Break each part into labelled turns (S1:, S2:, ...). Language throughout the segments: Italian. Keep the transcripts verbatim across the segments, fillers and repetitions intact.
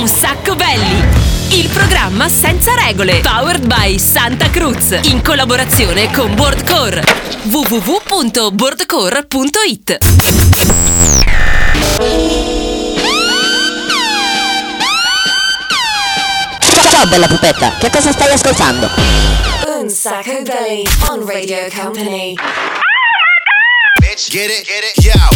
S1: Un sacco belli, il programma senza regole, powered by Santa Cruz, in collaborazione con Boardcore. w w w punto boardcore punto i t.
S2: Ciao bella pupetta, che cosa stai ascoltando?
S3: Un sacco belli on Radio Company.
S4: Bitch, get it, get it, yo.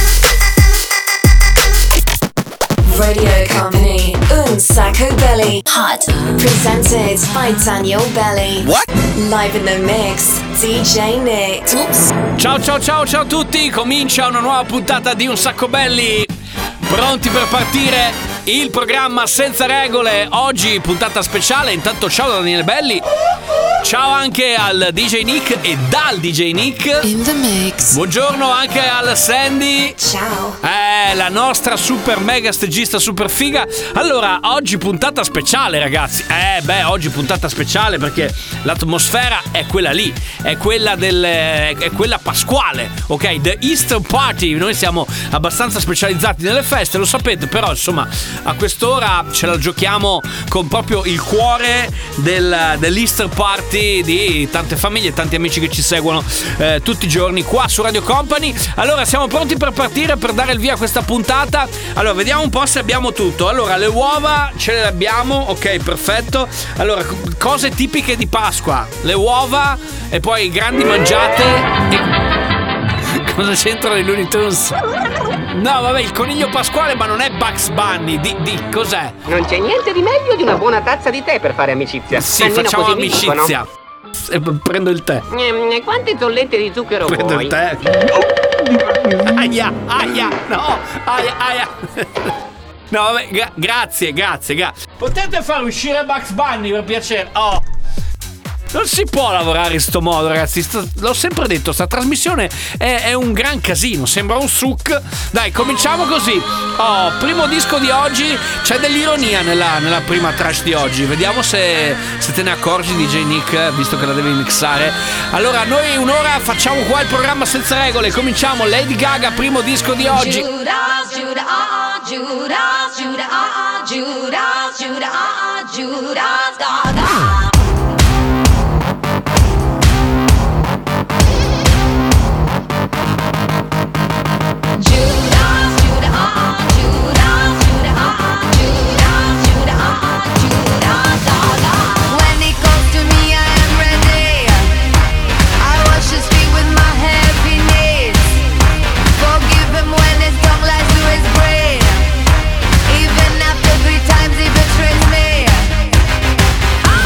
S3: Radio Company, Un Sacco Belly. Hot. Presented by Daniel Belly.
S4: What?
S3: Live in the mix, D J Nick. Oops.
S5: Ciao ciao ciao ciao a tutti, comincia una nuova puntata di Un Sacco Belli. Pronti per partire? Il programma senza regole. Oggi puntata speciale. Intanto ciao da Daniele Belli. Ciao anche al D J Nick e dal D J Nick.
S6: In the mix.
S5: Buongiorno anche al Sandy.
S3: Ciao.
S5: Eh, la nostra super mega stagista super figa. Allora, oggi puntata speciale, ragazzi. Eh, beh, oggi puntata speciale perché l'atmosfera è quella lì. È quella del è quella pasquale, ok? The Easter Party. Noi siamo abbastanza specializzati nelle feste, lo sapete, però insomma a quest'ora ce la giochiamo con proprio il cuore del, dell'Easter Party di tante famiglie e tanti amici che ci seguono eh, tutti i giorni qua su Radio Company. Allora siamo pronti per partire, per dare il via a questa puntata. Allora vediamo un po' se abbiamo tutto. Allora le uova ce le abbiamo, ok, perfetto. Allora cose tipiche di Pasqua: le uova e poi grandi mangiate e... Cosa c'entrano i Looney Tunes? No, vabbè, il coniglio pasquale, ma non è Bugs Bunny. Di, di cos'è?
S7: Non c'è niente di meglio di una buona tazza di tè per fare amicizia.
S5: Sì,
S7: Almeno
S5: facciamo
S7: così mi
S5: amicizia. E prendo il tè.
S7: dicono. Quante zollette di zucchero
S5: Prendo
S7: vuoi?
S5: il tè. Aia, aia, no, aia, aia. No, vabbè, gra- grazie, grazie, grazie. Potete far uscire Bugs Bunny per piacere? Oh. Non si può lavorare in sto modo, ragazzi. Sta, l'ho sempre detto, sta trasmissione è, è un gran casino. Sembra un suc. Dai, cominciamo così. Oh, primo disco di oggi. C'è dell'ironia nella, nella prima trash di oggi. Vediamo se, se te ne accorgi, D J Nick, visto che la devi mixare. Allora, noi un'ora facciamo qua il programma senza regole. Cominciamo. Lady Gaga, primo disco di oggi.
S8: Judas, Judas, ah, ah, Judas, Judas, ah, ah, Judas, Judas, ah, ah, Judas, Gaga.
S9: Even after three times he betrays me.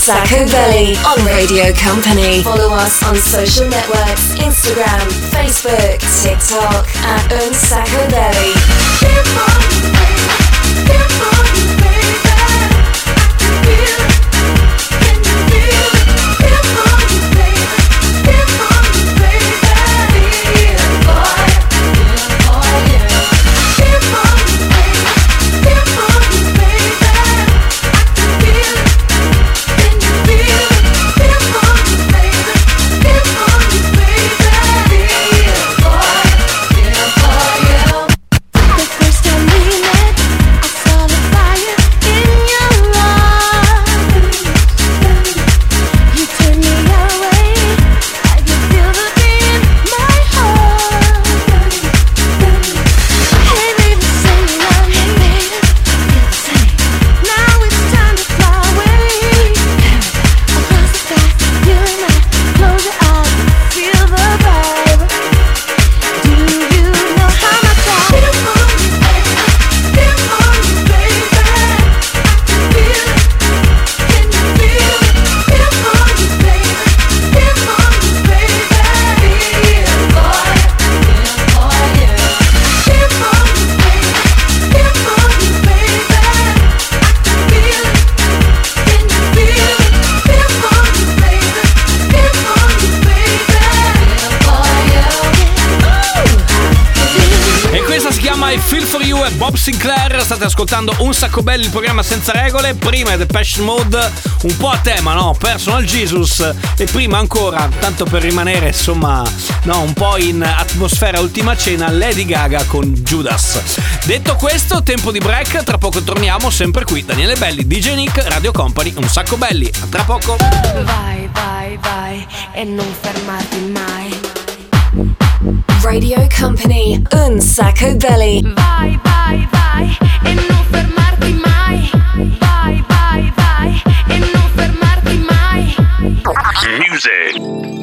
S3: Sacco Belly on Radio Company. Follow us on social networks, Instagram, Facebook, TikTok at Un Sacco Belly.
S5: Bob Sinclair, state ascoltando Un Sacco Belli, il programma senza regole. Prima è Depeche Mode, un po' a tema, no? Personal Jesus. E prima ancora, tanto per rimanere insomma, no, un po' in atmosfera ultima cena, Lady Gaga con Judas. Detto questo, tempo di break, tra poco torniamo sempre qui. Daniele Belli, D J Nick, Radio Company, Un Sacco Belli. A tra poco.
S6: Vai, vai, vai e non fermarti mai.
S3: Radio Company, Un Sacco Belly.
S6: Vai, vai, vai e non fermarti mai. Vai, vai, vai e non fermarti mai.
S4: Music.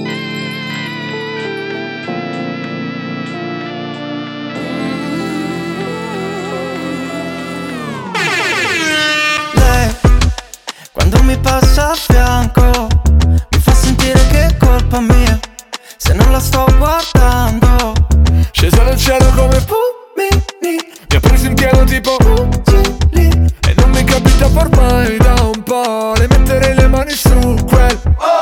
S9: Lei, quando mi passa a fianco, mi fa sentire che è colpa mia se non la sto guardando.
S10: Scesa dal cielo come pumini, mi ha preso in pieno tipo Ugili, e non mi capita ormai da un po', le metterei le mani su quel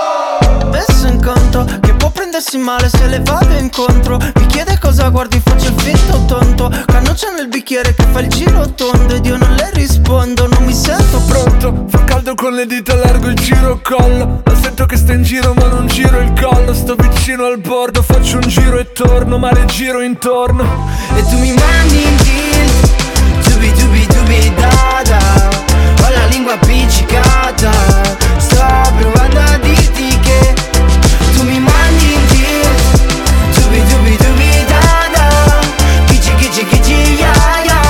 S10: oh!
S9: Messo in conto che può prendersi male se le vado incontro. Mi chiede cosa guardi, faccio il finto tonto. Cannuccia nel bicchiere che fa il giro tondo ed io non le rispondo, non mi sento
S10: pronto. Fa caldo con le dita, largo il giro collo. La sento che sta in giro ma non giro il collo. Sto vicino al bordo, faccio un giro e torno, ma le giro intorno.
S9: E tu mi mandi in tilt, dubi dubi dubi da da. Ho la lingua appiccicata, sto provando a dirti che tu mi mandi in tilt, dubi dubi dubi da da. Kici kici kici ya ya.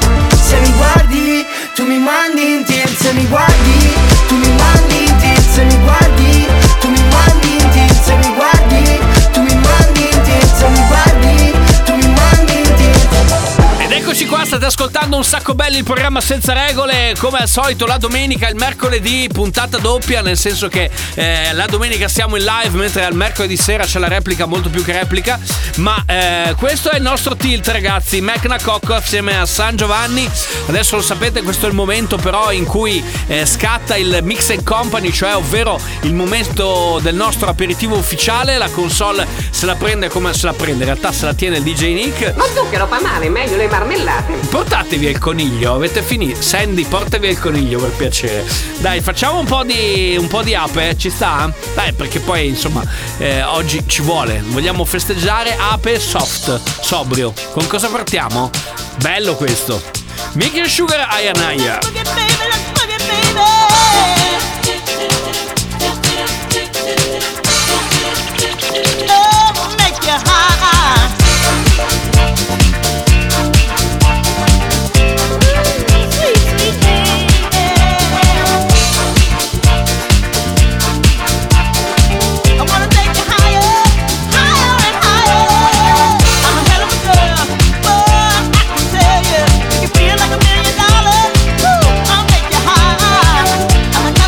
S9: Se mi guardi, tu mi mandi in tilt. Se mi guardi, tu mi mandi in tilt. Se mi guardi, tu mi mandi in tilt. Se mi guardi, tu mi mandi in tilt. Se mi guardi, tu mi mandi in tilt.
S5: Ed eccoci qua, state ascoltando Un Sacco Belli, il programma senza regole. Come al solito la domenica e il mercoledì puntata doppia, nel senso che eh, la domenica siamo in live, mentre al mercoledì sera c'è la replica, molto più che replica. Ma eh, questo è il nostro tilt, ragazzi. Macna Cocco assieme a San Giovanni. Adesso lo sapete, questo è il momento però in cui eh, scatta il Mix and Company, cioè ovvero il momento del nostro aperitivo ufficiale. La console se la prende come se la prende, in realtà se la tiene il D J Nick.
S7: Lo zucchero fa male, meglio le marmellate.
S5: Portate via il coniglio, avete finito? Sandy, porta via il coniglio per piacere. Dai, facciamo un po' di un po' di ape, ci sta? Dai, perché poi insomma eh, oggi ci vuole. Vogliamo festeggiare ape soft, sobrio. Con cosa partiamo? Bello questo. Mickey Sugar Aya Naya.
S11: Feel like a million dollars. Woo, I'll make you high.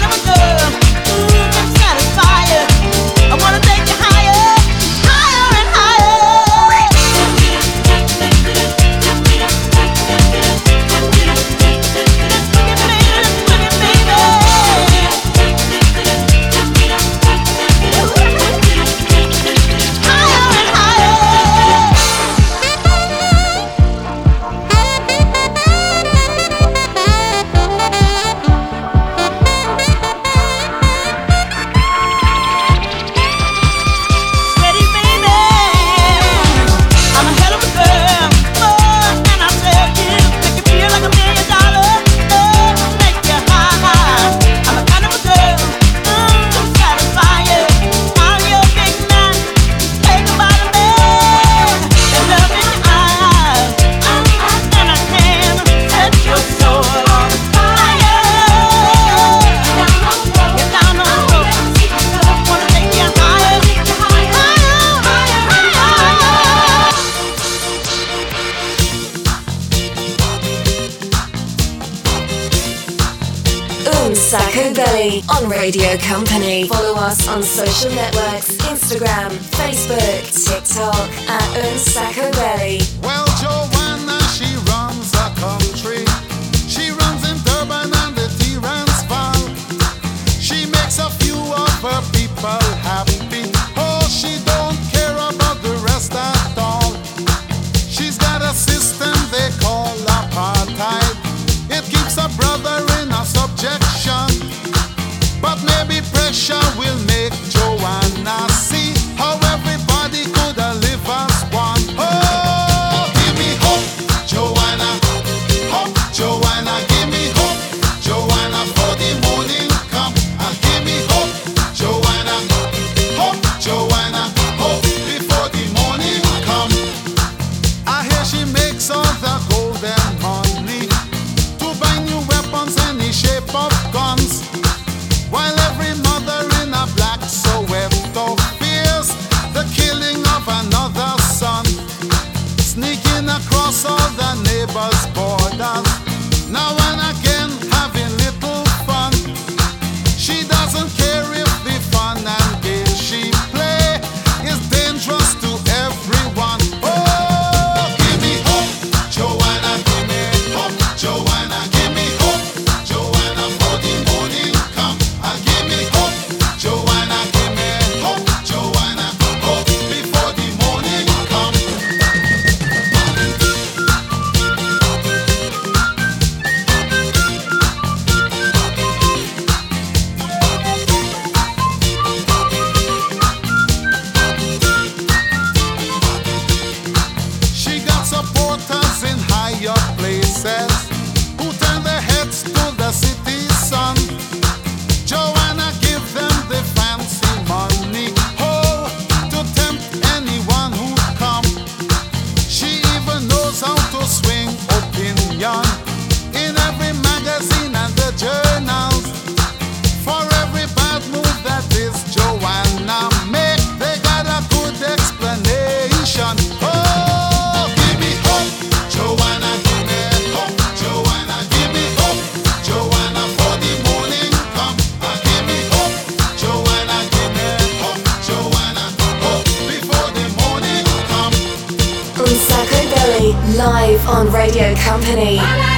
S3: Belly on Radio Company. Follow us on social networks, Instagram, Facebook, TikTok at Un Sacco Belly.
S11: Well, Joanna, she runs a country. She runs in Durban and the Transvaal. She makes a few of her people happy. Oh, she don't care about the rest at all. She's got a system they call apartheid. It keeps a brother in a subjection. But maybe pressure will make Joanna see how everybody could live as one. Oh, give me hope, Joanna. Hope, Joanna, give me hope, Joanna, for the morning come. And give me hope, Joanna. Hope, Joanna, hope before the morning come. I hear she makes all the golden money to buy new weapons, any shape of guns. While every mother in a black Soweto fears the killing of another son, sneaking across all the neighbors' borders, now and again having little fun. She doesn't care if the fun and games she play is dangerous to everyone. Oh, give me hope, Joanna, give me hope, Joanna, give me hope, Joanna, for the morning come. And give me hope, Joanna, give me hope, Joanna, hope before the morning come. She got supporters in higher places who turn their heads to the city sun. Joanna give them the fancy money, oh, to tempt anyone who come. She even knows how to swing opinion in every magazine and the journals. For every bad move that this Joanna make, they got a good explanation. Oh, give me hope, Joanna, give me hope, Joanna, give me hope, Joanna, for the morning come. And give me hope, Joanna, give me hope, Joanna, hope before the morning come.
S3: Un Sacco Belly live on Radio Company.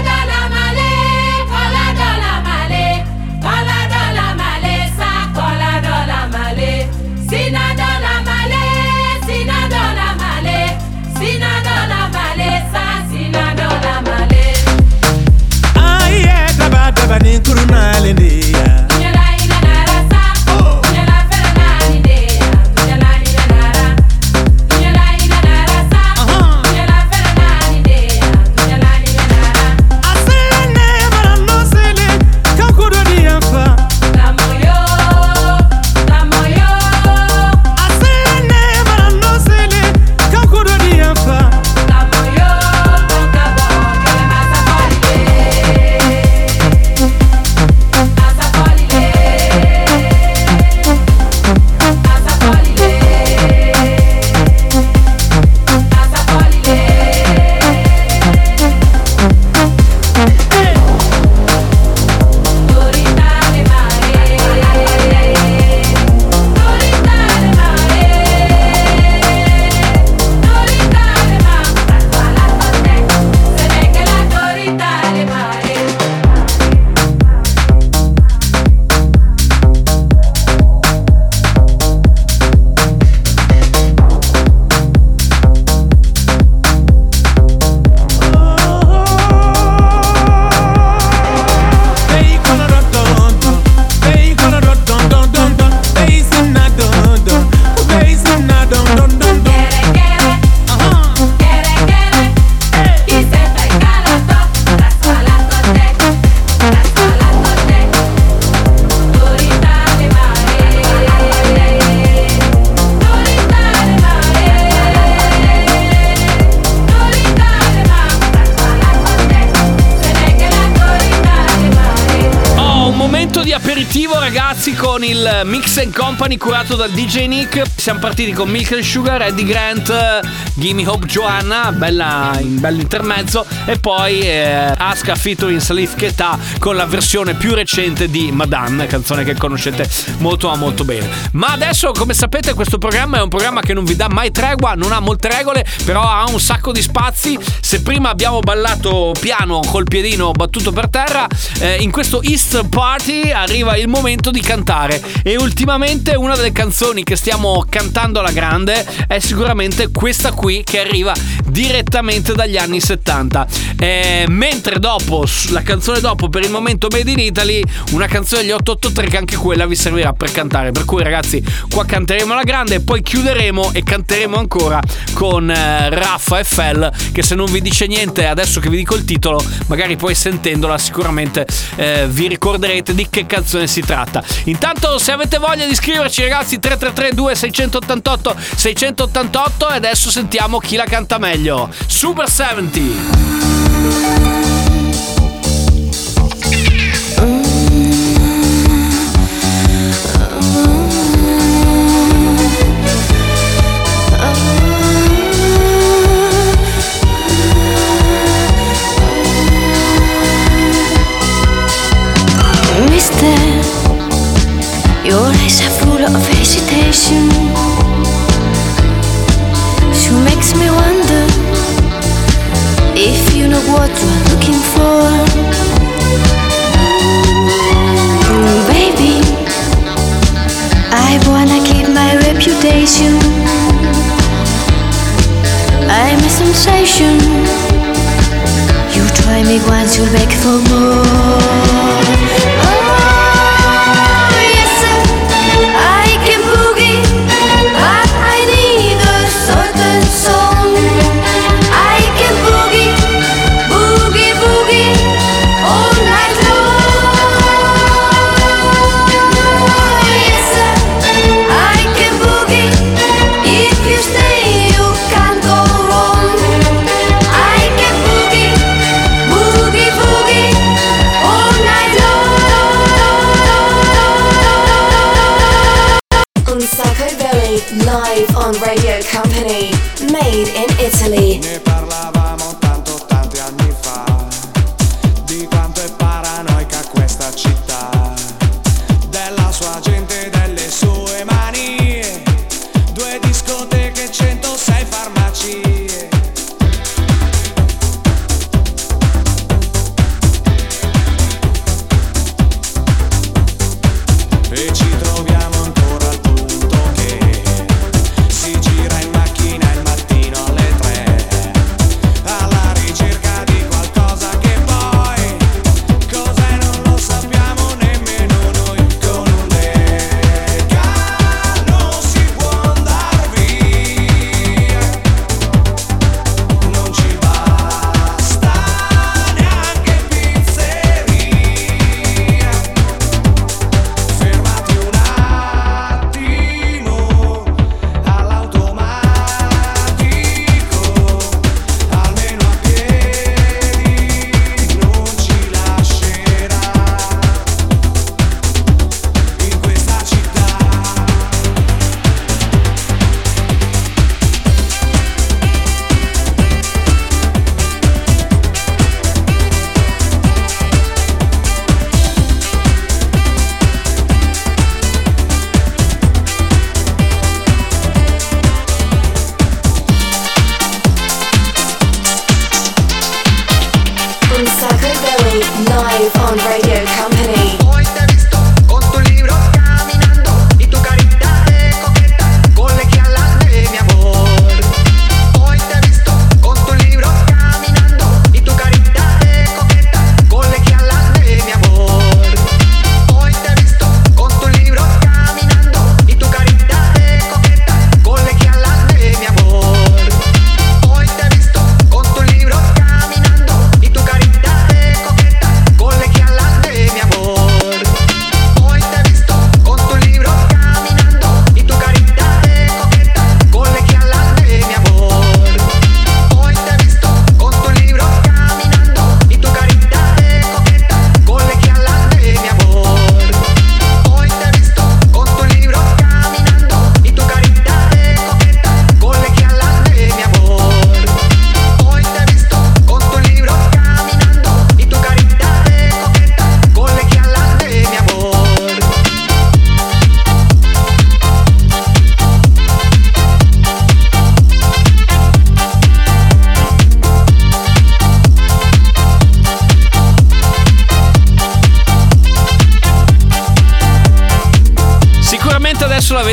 S5: aperitivo, ragazzi, con il Mix and Company curato dal D J Nick. Siamo partiti con Milk and Sugar, Eddie Grant, Gimme Hope Joanna, bella, in bello intermezzo, e poi eh, Aska featuring Salif Keita con la versione più recente di Madame, canzone che conoscete molto ma molto bene. Ma adesso, come sapete, questo programma è un programma che non vi dà mai tregua, non ha molte regole, però ha un sacco di spazi. Se prima abbiamo ballato piano col piedino battuto per terra, eh, in questo Easter Party arriva il momento di cantare, e ultimamente una delle canzoni che stiamo cantando alla grande è sicuramente questa qui, che arriva direttamente dagli anni settanta, eh, mentre dopo la canzone dopo, per il momento Made in Italy, una canzone degli otto otto tre che anche quella vi servirà per cantare. Per cui ragazzi, qua canteremo alla grande e poi chiuderemo e canteremo ancora con eh, Raffa F L, che se non vi dice niente adesso che vi dico il titolo, magari poi sentendola sicuramente eh, vi ricorderete di che canzone si tratta. Intanto, se avete voglia di scriverci ragazzi, tre tre tre due sei otto otto sei otto otto, e adesso sentiamo chi la canta meglio. Super settanta.
S6: Mister, your eyes are full of hesitation. She makes me wonder if you know what you're looking for. Mm, baby, I wanna keep my reputation. I'm a sensation. You try me once, you'll beg for more.
S3: Live on Radio Company, made in Italy.
S9: Ne parlavamo tanto tanti anni fa, di quanto è paranoica questa città, della sua gente, delle sue manie, due discoteche, centosei farmacie. E ci troviamo ancora al punto che si gira in macchina il mattino alle tre.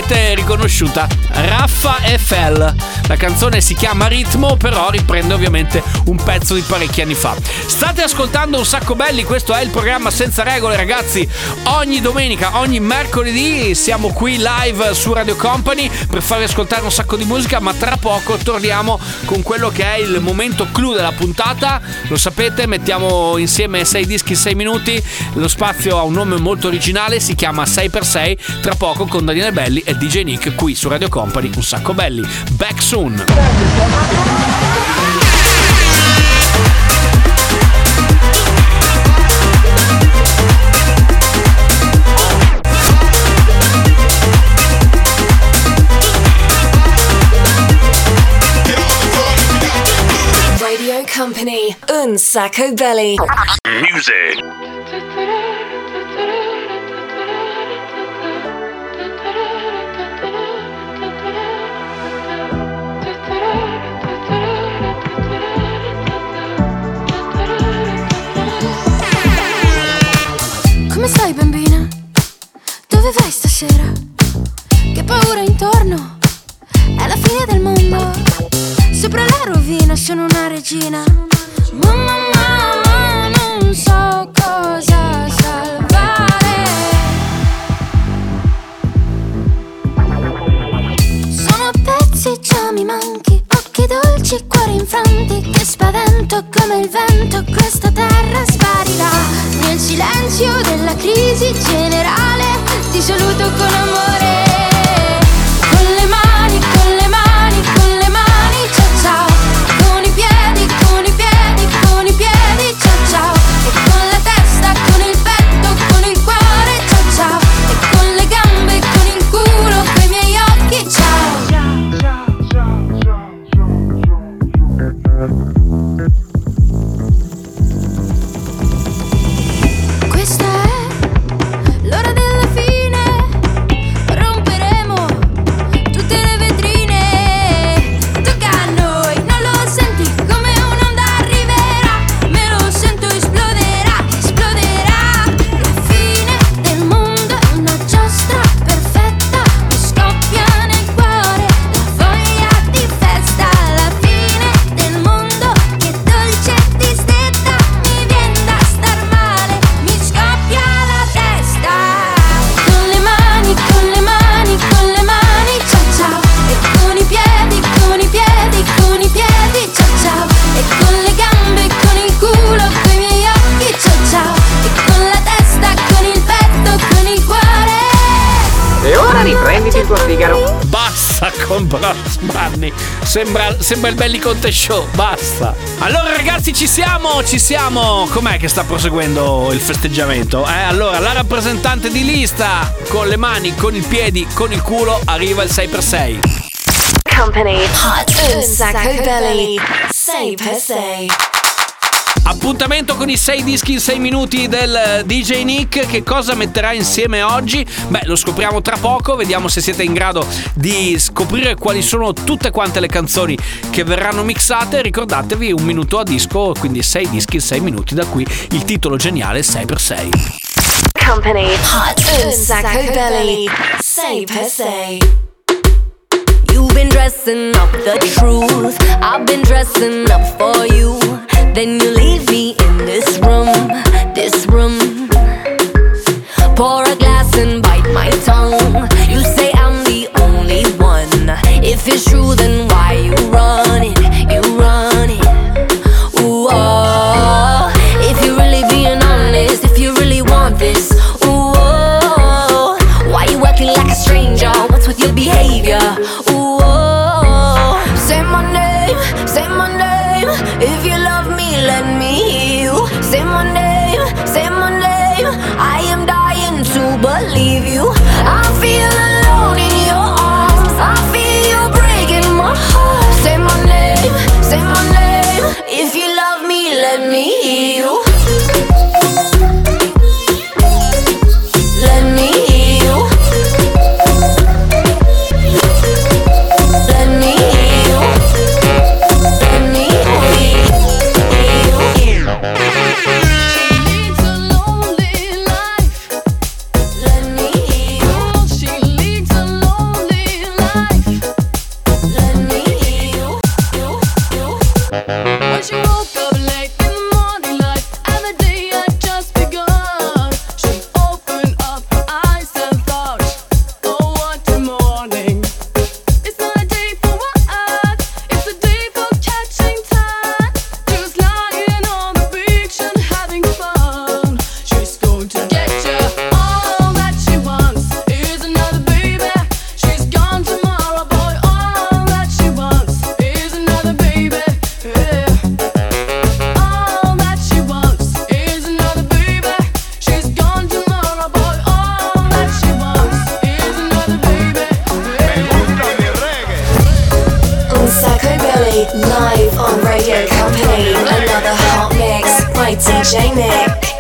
S5: l'avete riconosciuta, Raffa e Fel. La canzone si chiama Ritmo, però riprende ovviamente un pezzo di parecchi anni fa. State ascoltando Un Sacco Belli, questo è il programma Senza Regole, ragazzi. Ogni domenica, ogni mercoledì siamo qui live su Radio Company per farvi ascoltare un sacco di musica, ma tra poco torniamo con quello che è il momento clou della puntata. Lo sapete, mettiamo insieme sei dischi in sei minuti. Lo spazio ha un nome molto originale, si chiama sei per sei. Tra poco con Daniele Belli e D J Nick qui su Radio Company. Un Sacco Belli, back soon.
S3: Radio Company, Un Sacco Belly.
S4: Music.
S6: Come stai, bambina? Dove vai stasera? Che paura intorno? È la fine del mondo. Sopra la rovina sono una regina. Mamma, mamma, non so cosa salvare. Sono a pezzi, già mi manchi. Occhi dolci, cuori infranti. Che spavento come il vento. Questa terra sparirà. Nel silenzio della crisi generale ti saluto con amore. Con le mani, con le mani, con le mani, ciao ciao. Con i piedi, con i piedi, con i piedi, ciao ciao. E con la testa, con il petto, con il cuore, ciao ciao. E con le gambe, con il culo, coi miei occhi, ciao. Questa è l'ora della fine. Romperemo tutte le vetrine. Tocca a noi, non lo senti come un'onda arriverà. Me lo sento, esploderà, esploderà. La fine del mondo è una giostra perfetta. Mi scoppia nel cuore la voglia di festa. La fine del mondo che dolce distetta. Mi viene da star male, mi scoppia la testa. Con le mani, con le mani, con le mani, ciao ciao. E con i piedi, con i piedi, con i piedi, ciao ciao. E con le gambe, con il culo, coi miei occhi, ciao ciao. E con la testa, con il petto, con il cuore.
S7: E ora riprenditi il tuo sigaro.
S5: Basta con Bros Bunny. Sembra, sembra il Belli Conte Show. Basta. Allora ragazzi, ci siamo, ci siamo. Com'è che sta proseguendo il festeggiamento? Eh, allora la rappresentante di lista con le mani, con i piedi, con il culo arriva il sei per sei.
S3: Company, Un Sacco Belly, sei per sei.
S5: Appuntamento con i sei dischi in sei minuti del D J Nick. Che cosa metterà insieme oggi? Beh, lo scopriamo tra poco. Vediamo se siete in grado di scoprire quali sono tutte quante le canzoni che verranno mixate. Ricordatevi, un minuto a disco, quindi sei dischi in sei minuti. Da qui il titolo geniale sei per sei.
S3: Company, Un Sacco Belly, sei per sei.
S12: You've been dressing up the truth. I've been dressing up for you. Then you leave me in this room, this room. Pour a glass and bite my tongue. You say I'm the only one. If it's true, then why you run it? You run it. Ooh, oh. If you're really being honest, if you really want this, ooh, oh. Why you acting like a stranger? What's with your behavior? Ooh, oh. Say my name, say my name. If you love me, let me hear you. Say my name, say my name. I am dying to believe you. I feel alone in your arms. I feel you breaking my heart. Say my name, say my name. If you love me, let me hear you. Let me hear you. Let me hear you. Let me hear you.
S6: She leads a lonely life. Let me hear you. She leads a lonely
S3: Belly, live on Radio Company. Another hot mix by D J Nick.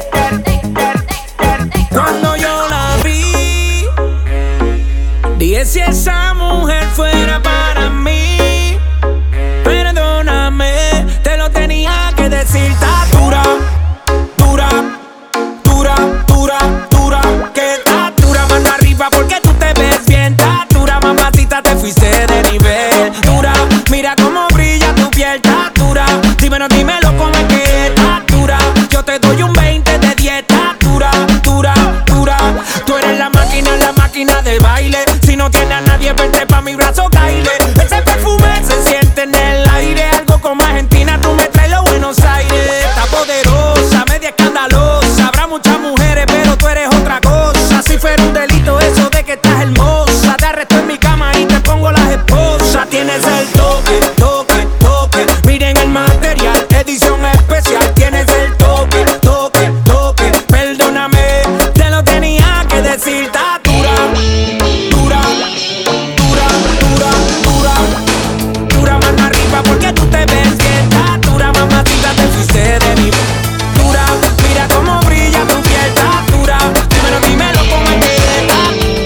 S13: Cuando yo la vi, dije si esa mujer fuera para mí. Perdóname, te lo tenía que decir. Está dura, dura, dura, dura, dura. Que está dura, mano arriba porque tú te ves bien. Está dura, mamacita, te fuiste de nivel. Dura, mira cómo brilla tu piel. Está dura, dímelo, dímelo cómo es que está dura. Yo te doy un veinte de dieta. Dura, dura, dura. Tú eres la máquina, la máquina del baile. Si no tienes a nadie, vente pa' mi brazo, caile. Ese perfume se siente en el aire. Algo como Argentina, tú me traes los Buenos Aires. Está poderosa, media escandalosa. Habrá muchas mujeres, pero tú eres otra cosa. Si fuera un delito eso de que estás hermosa, te arresto en mi cama y te pongo las esposas. Tienes el toque, toque, toque. Miren el material, edición especial. Tienes el toque, toque, toque. Perdóname, te lo tenía que decir. Está dura, dura, dura, dura, dura. Dura, mano arriba porque tú te ves bien. Está dura, mamacita, te fuiste de mí. Dura, mira cómo brilla tu piel. Está dura, dímelo, dímelo cómo es que está.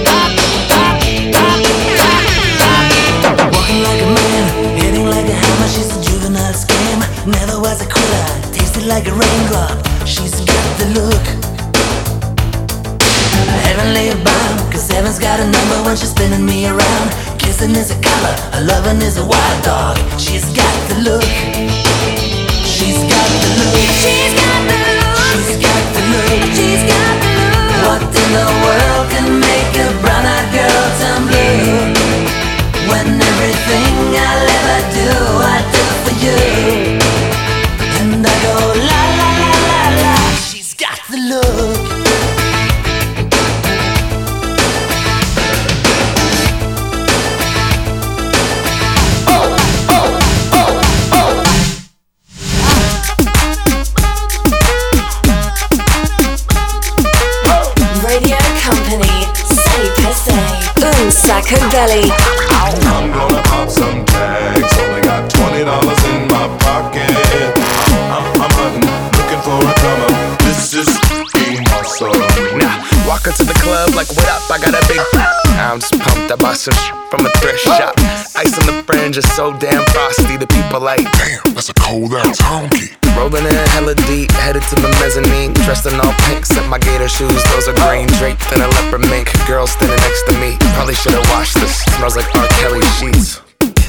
S9: Walking like a man, hitting like a hammer. She's a juvenile scam, never was a quitter. Tasted like a raindrop, she's got the look. Heavenly bound, cause heaven's got a number when she's spinning me around. Kissing is a color, a loving is a wild dog. She's got the look. She's got the look.
S6: She's got the look.
S9: She's got the look.
S6: She's got the look.
S9: What in the world can make a brown-eyed girl turn blue? When everything I'll ever do, I do for you. And I go la la la la la. She's got the look.
S3: Radio Company, say per se, un sacco belly.
S10: I'm gonna pop some tags. Only got twenty dollars in my pocket. I'm, I'm hunting, looking for a come up. This is being awesome.
S14: Nah, walk into the club like, what up? I got a big. I'm just pumped. I bought some from a thrift shop. Ice on the fringe is so damn frosty. The people like, damn, that's a cold ass honky. Rolling in hella deep, headed to the mezzanine. Dressed in all pink, set my gator shoes. Those are green, draped in a leopard mink. Girl standing next to me, probably should've washed this. Smells like R. Kelly sheets.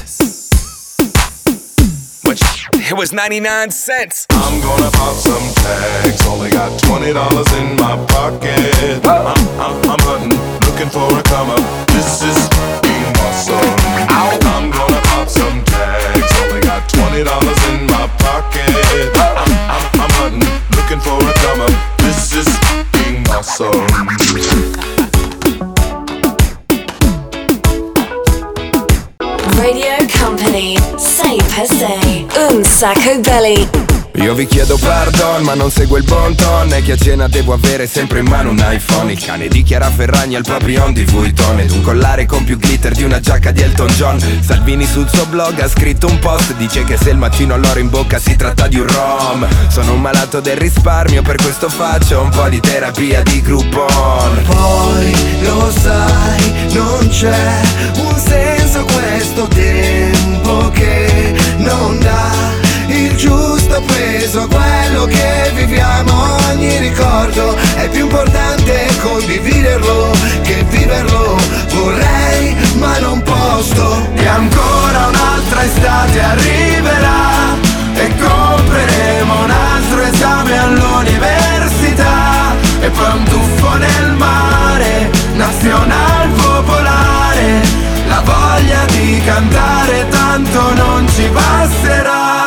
S14: Which, it was ninety-nine cents.
S10: I'm gonna pop some tags. Only got twenty dollars in my pocket. I'm, I'm, I'm hunting, looking for a come up. This is being awesome. I'm gonna pop some tags. Only got twenty dollars in my pocket. I'm, I'm, I'm hunting, looking for a come up. This is being awesome.
S3: Radio Company, sei per se, un sacco belly.
S15: Io vi chiedo pardon ma non seguo il bon ton. E che a cena devo avere sempre in mano un iPhone. Il cane di Chiara Ferragni al papillon di Vuitton. Ed un collare con più glitter di una giacca di Elton John. Salvini sul suo blog ha scritto un post. Dice che se il mattino ho l'oro in bocca si tratta di un rom. Sono un malato del risparmio, per questo faccio un po' di terapia di Groupon.
S9: Poi lo sai, non c'è un senso questo tempo che non dà il giusto peso a quello che viviamo. Ogni ricordo è più importante condividerlo che viverlo. Vorrei ma non posso. E ancora un'altra estate arriverà e compreremo un altro esame all'università. E poi un tuffo nel mare, nazional popolare. La voglia di cantare tanto non ci basterà.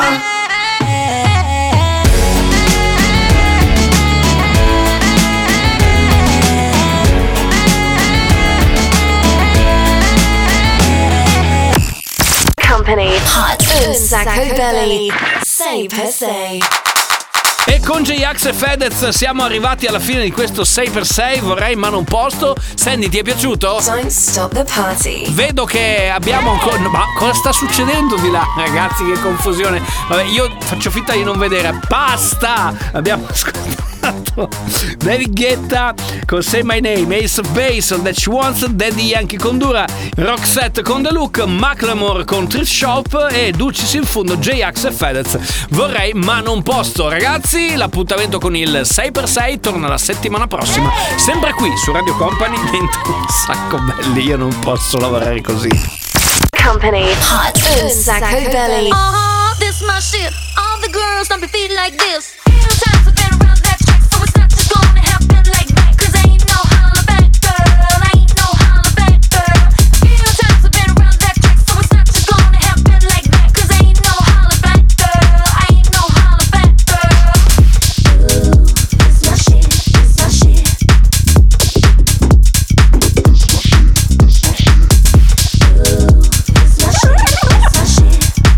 S3: Company, hot un sacco belly, sei per se.
S5: E con J-Ax e Fedez siamo arrivati alla fine di questo sei per sei. Vorrei ma non posto. Sandy, ti è piaciuto?
S3: Don't stop the party.
S5: Vedo che abbiamo ancora. Ma cosa sta succedendo di là? Ragazzi, che confusione. Vabbè, io faccio finta di non vedere. Basta! Abbiamo ascoltato David Guetta con Say My Name, Ace of Base, All That She Wants, Daddy Yankee con Dura, Roxette con The Look, Macklemore con Thrift Shop e Dulcis in fondo J-Ax e Fedez. Vorrei ma non posto. Ragazzi, l'appuntamento con il sei per sei torna la settimana prossima, sempre qui su Radio Company. Dentro un sacco belli, io non posso lavorare così.
S3: Company Hot un sacco belli.
S6: Uh-huh, this my shit. All the girls don't be feeling like this. Times I've been around that track, so it's not just gonna happen like that. Cause I ain't no holla back girl, I ain't no holla back girl. Few times I've been around that track, so it's not just gonna happen like that. Cause I ain't no holla back girl, I ain't no holla back girl. Ooh, this my shit, this my shit. Ooh, this my shit, this my shit.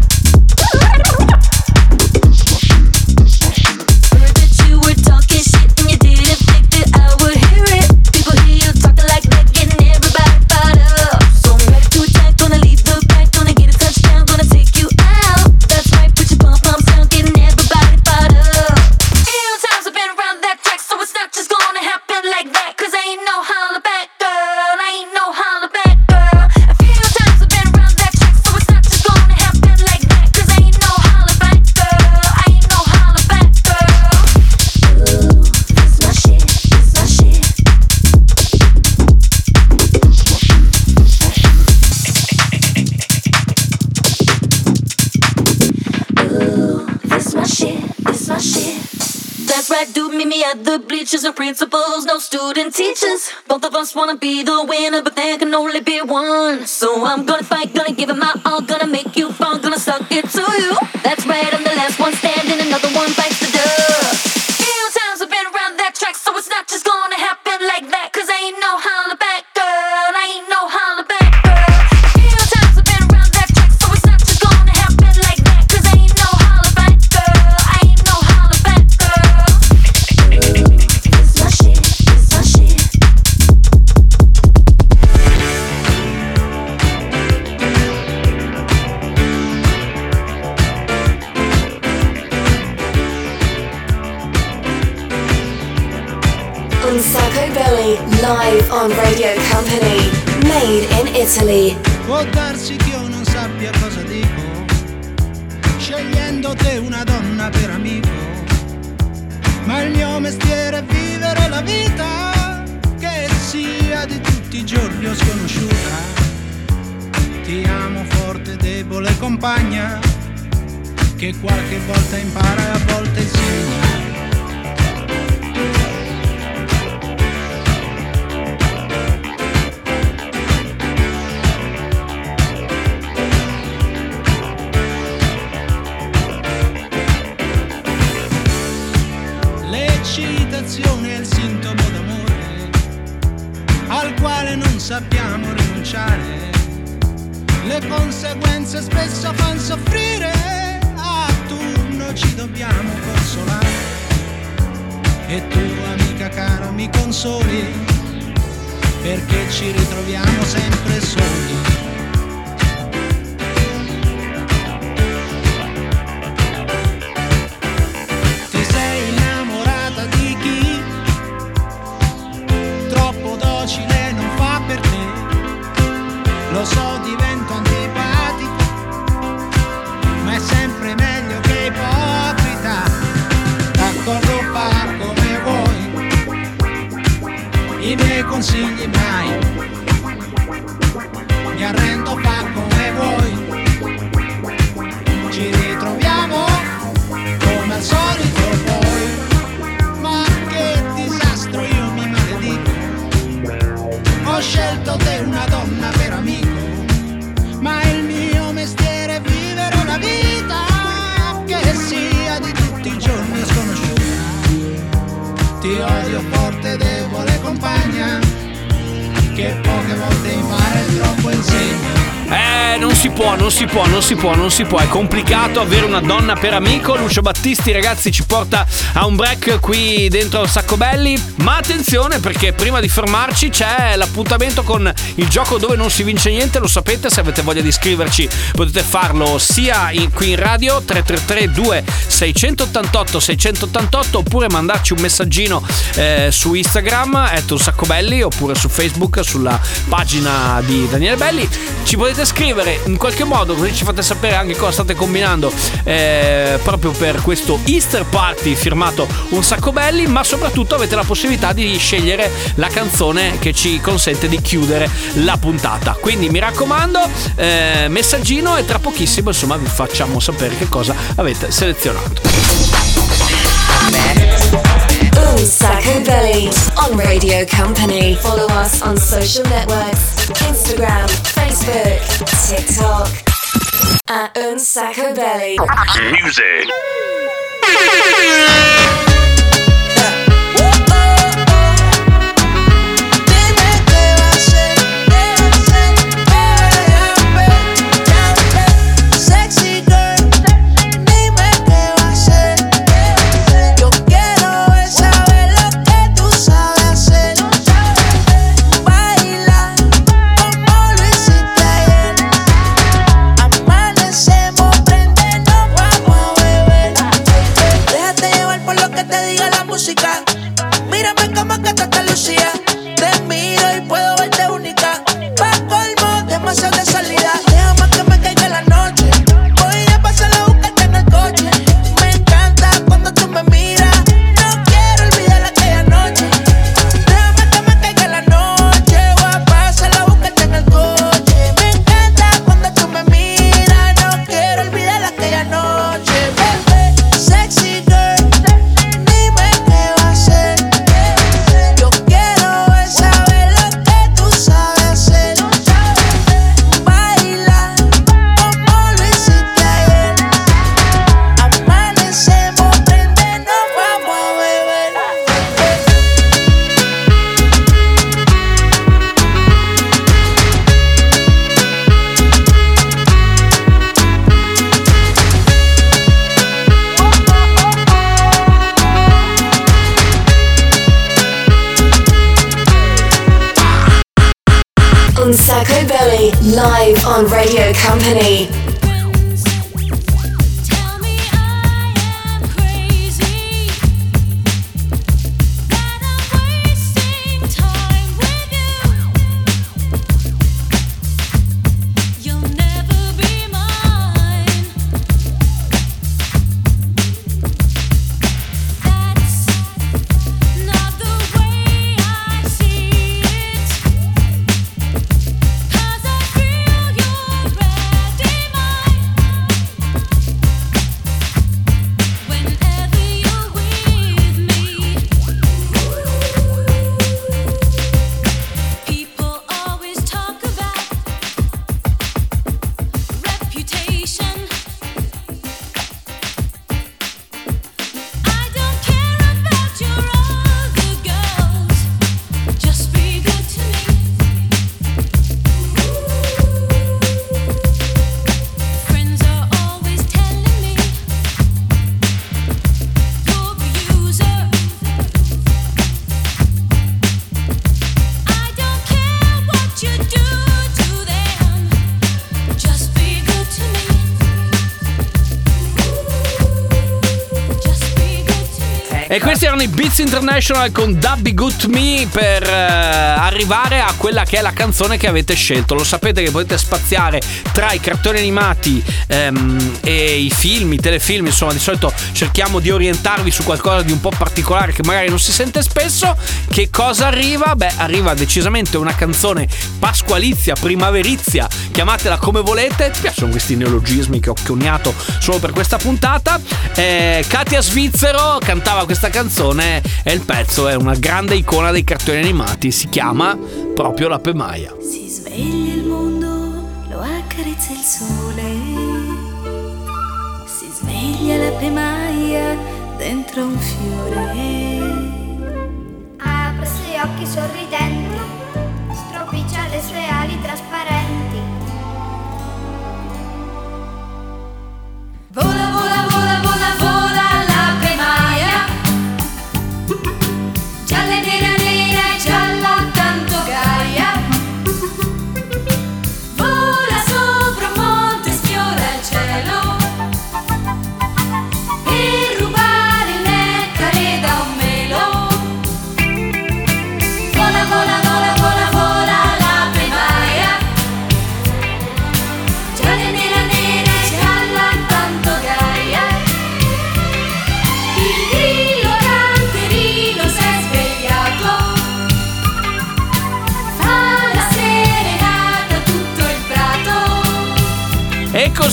S16: The bleachers and principals, no student teachers. Both of us wanna be the winner, but there can only be one. So I'm gonna fight, gonna give it my all, gonna make you fall, gonna suck it to you. That's right, I'm the last one standing, another one bites the dust. Few times I've been around that track, so it's not just gonna happen like that. Cause I ain't no holla back girl, I ain't no holla back girl. Few times I've been around that track, so it's not just gonna happen like that. Cause I ain't no holla back girl, I ain't no holla back girl. This my shit, this my shit.
S3: Un sacco belli live on Radio Company, made in Italy.
S17: Può darsi che io non sappia cosa dico, scegliendo te una donna per amico, ma il mio mestiere è vivere la vita, che sia di tutti i giorni o sconosciuta. Ti amo forte, debole compagna, che qualche volta impara e a volte insegna. L'eccitazione è il sintomo d'amore al quale non sappiamo rinunciare. Le conseguenze spesso fanno soffrire, a turno ci dobbiamo consolare. E tu, amica cara, mi consoli, perché ci ritroviamo sempre soli. Lo so, divento antipatico, ma è sempre meglio che ipocrita. D'accordo, fa come vuoi, i miei consigli mai. Mi arrendo, fa come vuoi. Ci ritroviamo come al solito poi. Ma che disastro, io mi maledico. Ho scelto te una donna per amico, ma il mio mestiere è vivere una vita, che sia di tutti i giorni sconosciuta. Ti odio forte, debole compagna, che poche volte impara e troppo insegna.
S5: Eh non si può, non si può, non si può, non si può. È complicato avere una donna per amico. Lucio Battisti, ragazzi, ci porta a un break qui dentro al Sacco Belli. Ma attenzione, perché prima di fermarci c'è l'appuntamento con il gioco dove non si vince niente. Lo sapete, se avete voglia di iscriverci potete farlo sia in, qui in radio tre tre tre due sei otto otto sei otto otto, oppure mandarci un messaggino eh, su Instagram at un Sacco Belli, oppure su Facebook sulla pagina di Daniele Belli. Ci potete scrivere in qualche modo, così ci fate sapere anche cosa state combinando eh, proprio per questo Easter Party firmato Un Sacco Belli. Ma soprattutto avete la possibilità di scegliere la canzone che ci consente di chiudere la puntata. Quindi mi raccomando, eh, messaggino, e tra pochissimo insomma vi facciamo sapere che cosa avete selezionato.
S3: Un Sacco Belly on Radio Company. Follow us on social networks, Instagram, Facebook, TikTok at Un Sacco Belly.
S4: Music.
S18: Mírame como que tú te lucías. Te miro y puedo verte única. Pa' colmo, demasiado de salida. Déjame que me caiga la noche. Voy a pasar a buscarte en el coche. Me encanta cuando tú me miras. No quiero olvidar aquella noche. Déjame que me caiga la noche. Voy a pasar a buscarte en el coche. Me encanta cuando tú me miras. No quiero olvidar aquella noche. Bebé, sexy girl.
S3: Un Sacco Belly live on Radio Company.
S5: E questi erano i Beats International con Da Be Good To Me per eh, arrivare a quella che è la canzone che avete scelto. Lo sapete che potete spaziare tra i cartoni animati ehm, e i film, i telefilm. Insomma, di solito cerchiamo di orientarvi su qualcosa di un po' particolare che magari non si sente spesso. Che cosa arriva? Beh, arriva decisamente una canzone pasqualizia, primaverizia, chiamatela come volete. Ti piacciono questi neologismi che ho coniato solo per questa puntata? eh, Katia Svizzero cantava questa canzone e il pezzo è una grande icona dei cartoni animati. Si chiama proprio La Pemaia.
S6: Si sveglia il mondo, lo accarezza il sole. Si sveglia la pemaia dentro un fiore.
S19: Apre i suoi occhi sorridenti, stropiccia le sue ali trasparenti.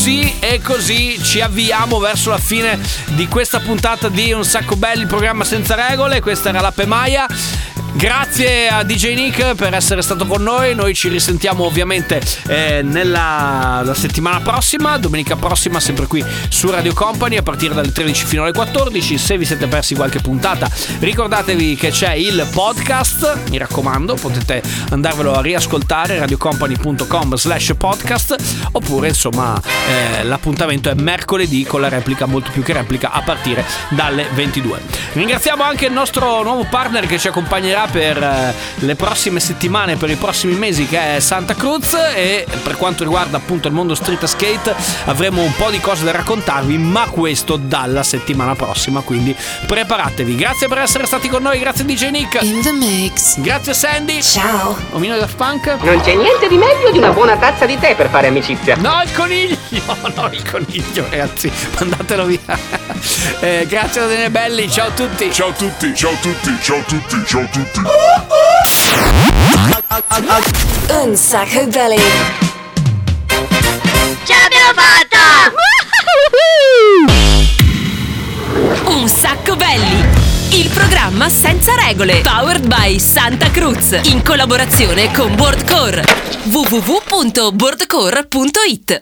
S5: così e così ci avviamo verso la fine di questa puntata di Un Sacco Belli, il programma senza regole. Questa era la Pemaia. Grazie a D J Nick per essere stato con noi. Noi ci risentiamo ovviamente eh, nella la settimana prossima, domenica prossima, sempre qui su Radio Company a partire dalle tredici fino alle quattordici. Se vi siete persi qualche puntata, ricordatevi che c'è il podcast, mi raccomando, potete andarvelo a riascoltare, radiocompany punto com slash podcast, oppure insomma eh, l'appuntamento è mercoledì con la replica, molto più che replica, a partire dalle ventidue. Ringraziamo anche il nostro nuovo partner che ci accompagnerà per eh, le prossime settimane, per i prossimi mesi, che è Santa Cruz, e per quanto riguarda appunto il mondo street skate avremo un po' di cose da raccontarvi, ma questo dalla settimana prossima, quindi preparatevi. Grazie per essere stati con noi, grazie D J Nick in the mix, grazie Sandy, ciao Omino Daft Punk.
S7: Non c'è niente di meglio di una buona tazza di tè per fare amicizia.
S5: No, il coniglio, no, il coniglio, ragazzi, mandatelo via. eh, grazie a Daniele Belli, ciao a tutti.
S10: Ciao a tutti, ciao a tutti, ciao a tutti, ciao a tutti.
S3: Un Sacco Belly.
S1: Ce l'abbiamo fatta! Un Sacco Belli, il programma senza regole, powered by Santa Cruz, in collaborazione con Boardcore. w w w punto boardcore punto it.